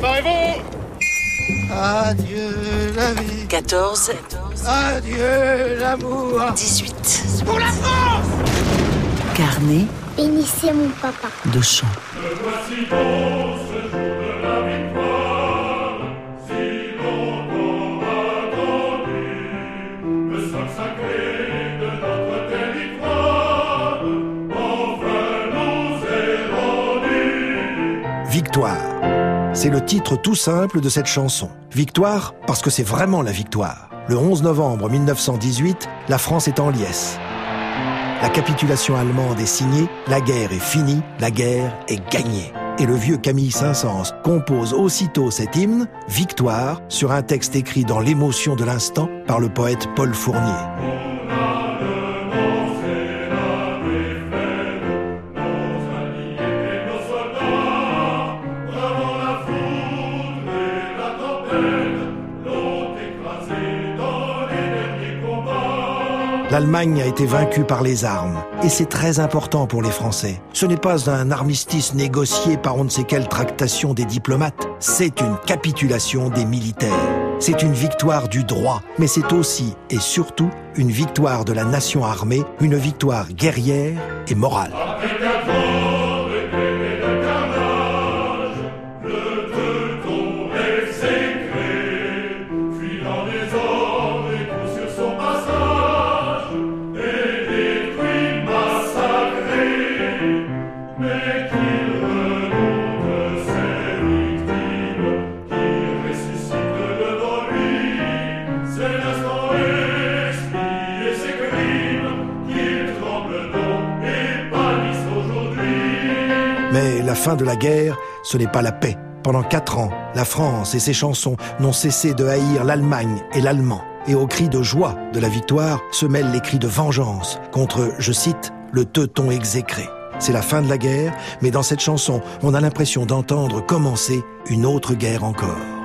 Préparez-vous. Adieu la vie. 14. Adieu l'amour. 18. Pour la France. Carnet. Bénissez mon papa. De chant. Le voici beau ce jour de la victoire, si longtemps attendu, le sol sacré de notre territoire, enfin nous est rendu. Victoire. C'est le titre tout simple de cette chanson. Victoire parce que c'est vraiment la victoire. Le 11 novembre 1918, la France est en liesse. La capitulation allemande est signée, la guerre est finie, la guerre est gagnée. Et le vieux Camille Saint-Saëns compose aussitôt cet hymne, Victoire, sur un texte écrit dans l'émotion de l'instant par le poète Paul Fournier. L'Allemagne a été vaincue par les armes, et c'est très important pour les Français. Ce n'est pas un armistice négocié par on ne sait quelle tractation des diplomates, c'est une capitulation des militaires. C'est une victoire du droit, mais c'est aussi et surtout une victoire de la nation armée, une victoire guerrière et morale. Mais la fin de la guerre, ce n'est pas la paix. Pendant 4 ans, la France et ses chansons n'ont cessé de haïr l'Allemagne et l'Allemand. Et aux cris de joie de la victoire se mêlent les cris de vengeance contre, je cite, le teuton exécré. C'est la fin de la guerre, mais dans cette chanson, on a l'impression d'entendre commencer une autre guerre encore.